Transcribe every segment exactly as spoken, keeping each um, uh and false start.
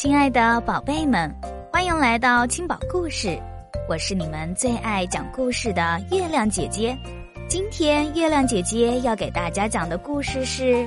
亲爱的宝贝们，欢迎来到青宝故事，我是你们最爱讲故事的月亮姐姐。今天月亮姐姐要给大家讲的故事是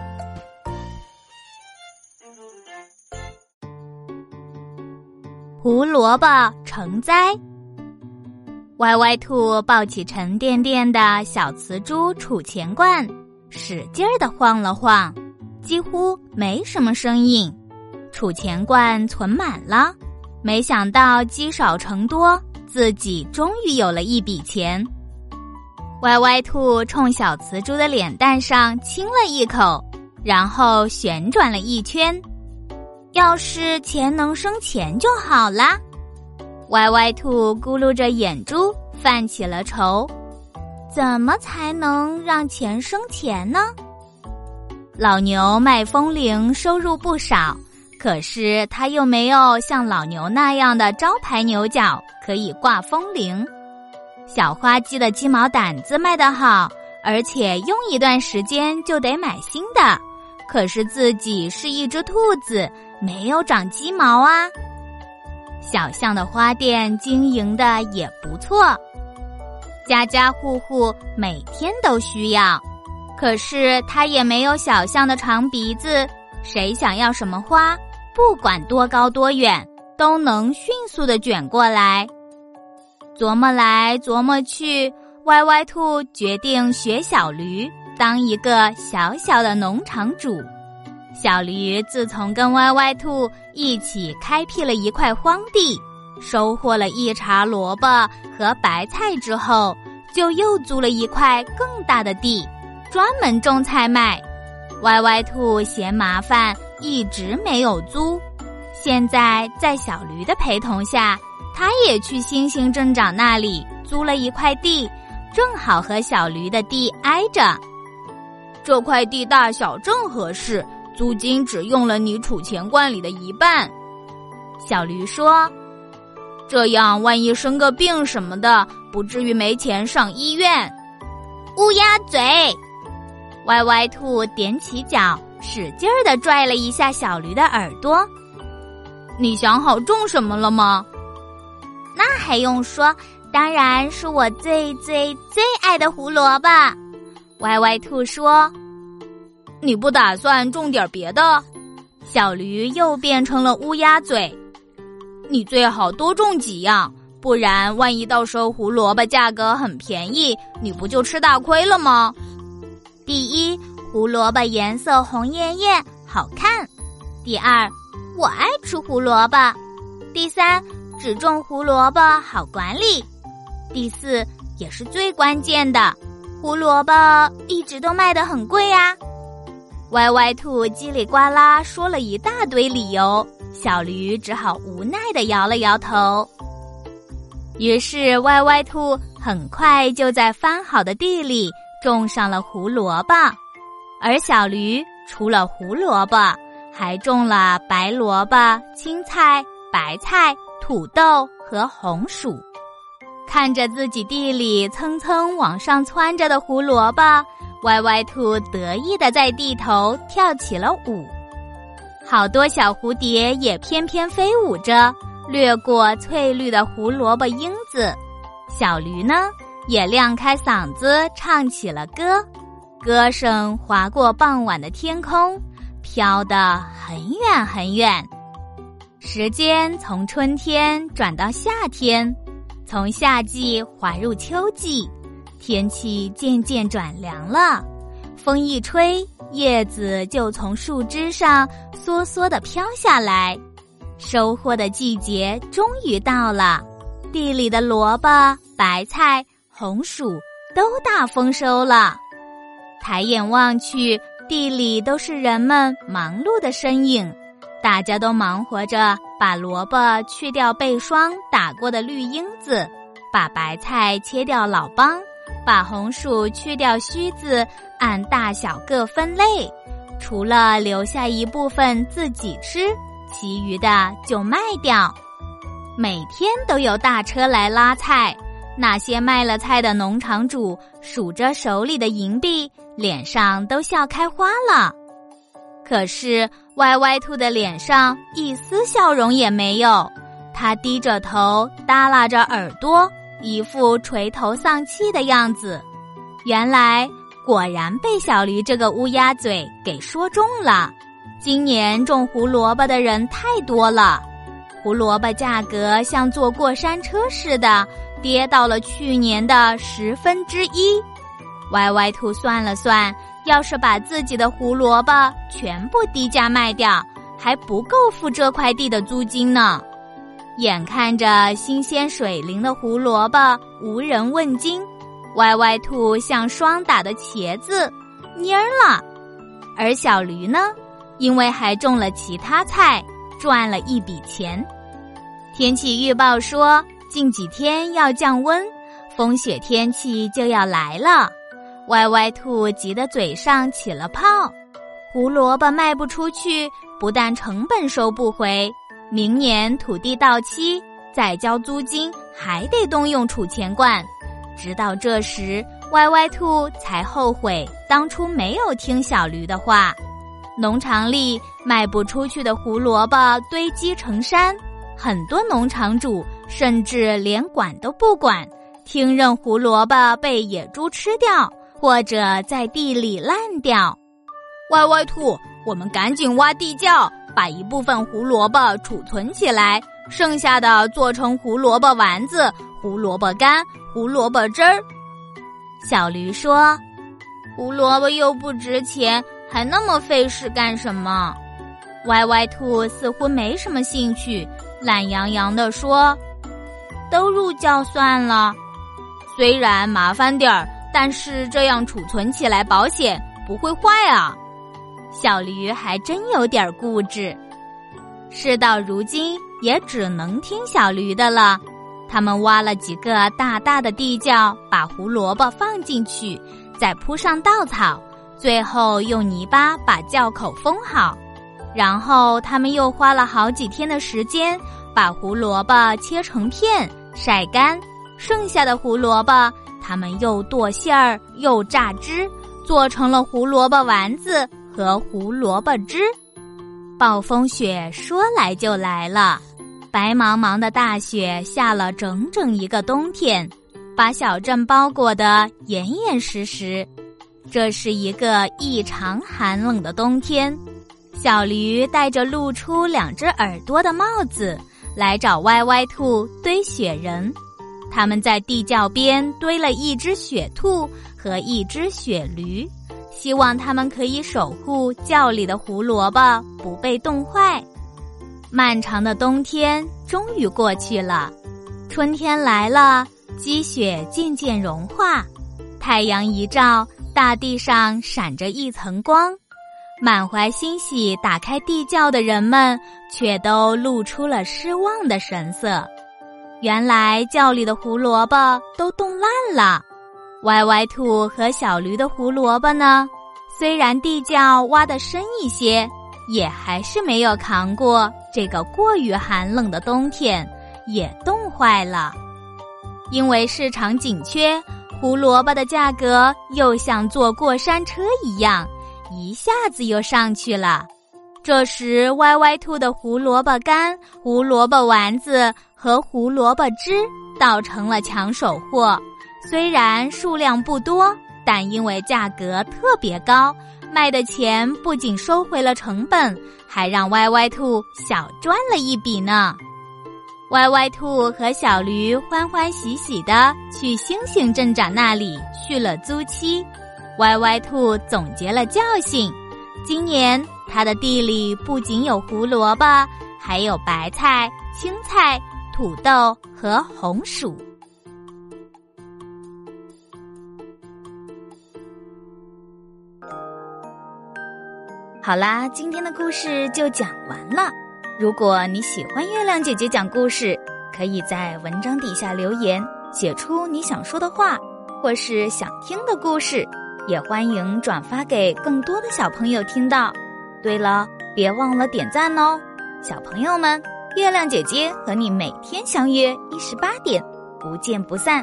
胡萝卜成灾。歪歪兔抱起沉甸甸的小瓷珠储钱罐，使劲儿地晃了晃，几乎没什么声音。储钱罐存满了，没想到积少成多，自己终于有了一笔钱。歪歪兔冲小瓷珠的脸蛋上亲了一口，然后旋转了一圈。要是钱能生钱就好啦。歪歪兔咕噜着眼珠，犯起了愁。怎么才能让钱生钱呢？老牛卖风铃收入不少，可是他又没有像老牛那样的招牌牛角可以挂风铃。小花鸡的鸡毛掸子卖得好，而且用一段时间就得买新的，可是自己是一只兔子，没有长鸡毛啊。小巷的花店经营的也不错，家家户户每天都需要，可是它也没有小巷的长鼻子，谁想要什么花，不管多高多远，都能迅速地卷过来。琢磨来琢磨去，歪歪兔决定学小驴，当一个小小的农场主。小驴自从跟歪歪兔一起开辟了一块荒地，收获了一茬萝卜和白菜之后，就又租了一块更大的地，专门种菜卖。歪歪兔嫌麻烦，一直没有租。现在在小驴的陪同下，他也去星星镇长那里租了一块地，正好和小驴的地挨着。这块地大小正合适，租金只用了你储钱罐里的一半。小驴说，这样万一生个病什么的，不至于没钱上医院。乌鸦嘴！歪歪兔踮起脚，使劲儿地拽了一下小驴的耳朵。你想好种什么了吗？那还用说，当然是我最最最爱的胡萝卜。歪歪兔说。你不打算种点别的？小驴又变成了乌鸦嘴。你最好多种几样，不然万一到时候胡萝卜价格很便宜，你不就吃大亏了吗？第一，胡萝卜颜色红艳艳，好看。第二，我爱吃胡萝卜。第三，只种胡萝卜好管理。第四，也是最关键的，胡萝卜一直都卖得很贵啊。歪歪兔叽里呱啦说了一大堆理由，小驴只好无奈地摇了摇头。于是歪歪兔很快就在翻好的地里种上了胡萝卜，而小驴除了胡萝卜，还种了白萝卜、青菜、白菜、土豆和红薯。看着自己地里蹭蹭往上窜着的胡萝卜，歪歪兔得意地在地头跳起了舞。好多小蝴蝶也翩翩飞舞着，掠过翠绿的胡萝卜缨子。小驴呢，也亮开嗓子唱起了歌，歌声划过傍晚的天空，飘得很远很远。时间从春天转到夏天，从夏季滑入秋季，天气渐渐转凉了，风一吹，叶子就从树枝上簌簌地飘下来。收获的季节终于到了，地里的萝卜、白菜、红薯都大丰收了。抬眼望去，地里都是人们忙碌的身影，大家都忙活着把萝卜去掉被霜打过的绿缨子，把白菜切掉老帮，把红薯去掉须子，按大小各分类，除了留下一部分自己吃，其余的就卖掉。每天都有大车来拉菜，那些卖了菜的农场主数着手里的银币，脸上都笑开花了。 可是歪歪兔的脸上一丝笑容也没有，他低着头，耷拉着耳朵，一副垂头丧气的样子。原来果然被小驴这个乌鸦嘴给说中了，今年种胡萝卜的人太多了，胡萝卜价格像坐过山车似的跌到了去年的十分之一。歪歪兔算了算，要是把自己的胡萝卜全部低价卖掉，还不够付这块地的租金呢。眼看着新鲜水灵的胡萝卜无人问津，歪歪兔像霜打的茄子蔫儿了。而小驴呢，因为还种了其他菜，赚了一笔钱。天气预报说近几天要降温，风雪天气就要来了。歪歪兔急得嘴上起了泡，胡萝卜卖不出去，不但成本收不回，明年土地到期再交租金还得动用储钱罐。直到这时，歪歪兔才后悔当初没有听小驴的话。农场里卖不出去的胡萝卜堆积成山，很多农场主甚至连管都不管，听任胡萝卜被野猪吃掉，或者在地里烂掉。歪歪兔，我们赶紧挖地窖，把一部分胡萝卜储存起来，剩下的做成胡萝卜丸子、胡萝卜干、胡萝卜汁儿。小驴说，胡萝卜又不值钱，还那么费事干什么？歪歪兔似乎没什么兴趣，懒洋洋地说，都入窖算了，虽然麻烦点儿，但是这样储存起来保险，不会坏啊。小驴还真有点固执，事到如今也只能听小驴的了。他们挖了几个大大的地窖，把胡萝卜放进去，再铺上稻草，最后用泥巴把窖口封好。然后他们又花了好几天的时间，把胡萝卜切成片，晒干，剩下的胡萝卜他们又剁馅儿又榨汁，做成了胡萝卜丸子和胡萝卜汁。暴风雪说来就来了，白茫茫的大雪下了整整一个冬天，把小镇包裹得严严实实。这是一个异常寒冷的冬天，小驴戴着露出两只耳朵的帽子来找歪歪兔堆雪人。他们在地窖边堆了一只雪兔和一只雪驴，希望他们可以守护窖里的胡萝卜不被冻坏。漫长的冬天终于过去了，春天来了，积雪渐渐融化，太阳一照，大地上闪着一层光。满怀欣喜打开地窖的人们却都露出了失望的神色。原来窖里的胡萝卜都冻烂了。歪歪兔和小驴的胡萝卜呢，虽然地窖挖得深一些，也还是没有扛过这个过于寒冷的冬天，也冻坏了。因为市场紧缺，胡萝卜的价格又像坐过山车一样，一下子又上去了。这时歪歪兔的胡萝卜干、胡萝卜丸子和胡萝卜汁倒成了抢手货，虽然数量不多，但因为价格特别高，卖的钱不仅收回了成本，还让歪歪兔小赚了一笔呢。歪歪兔和小驴欢欢喜喜地去星星镇长那里续了租期。歪歪兔总结了教训，今年他的地里不仅有胡萝卜，还有白菜、青菜、土豆和红薯。好啦，今天的故事就讲完了。如果你喜欢月亮姐姐讲故事，可以在文章底下留言，写出你想说的话，或是想听的故事，也欢迎转发给更多的小朋友听到。对了，别忘了点赞哦。小朋友们，月亮姐姐和你每天相约一十八点，不见不散。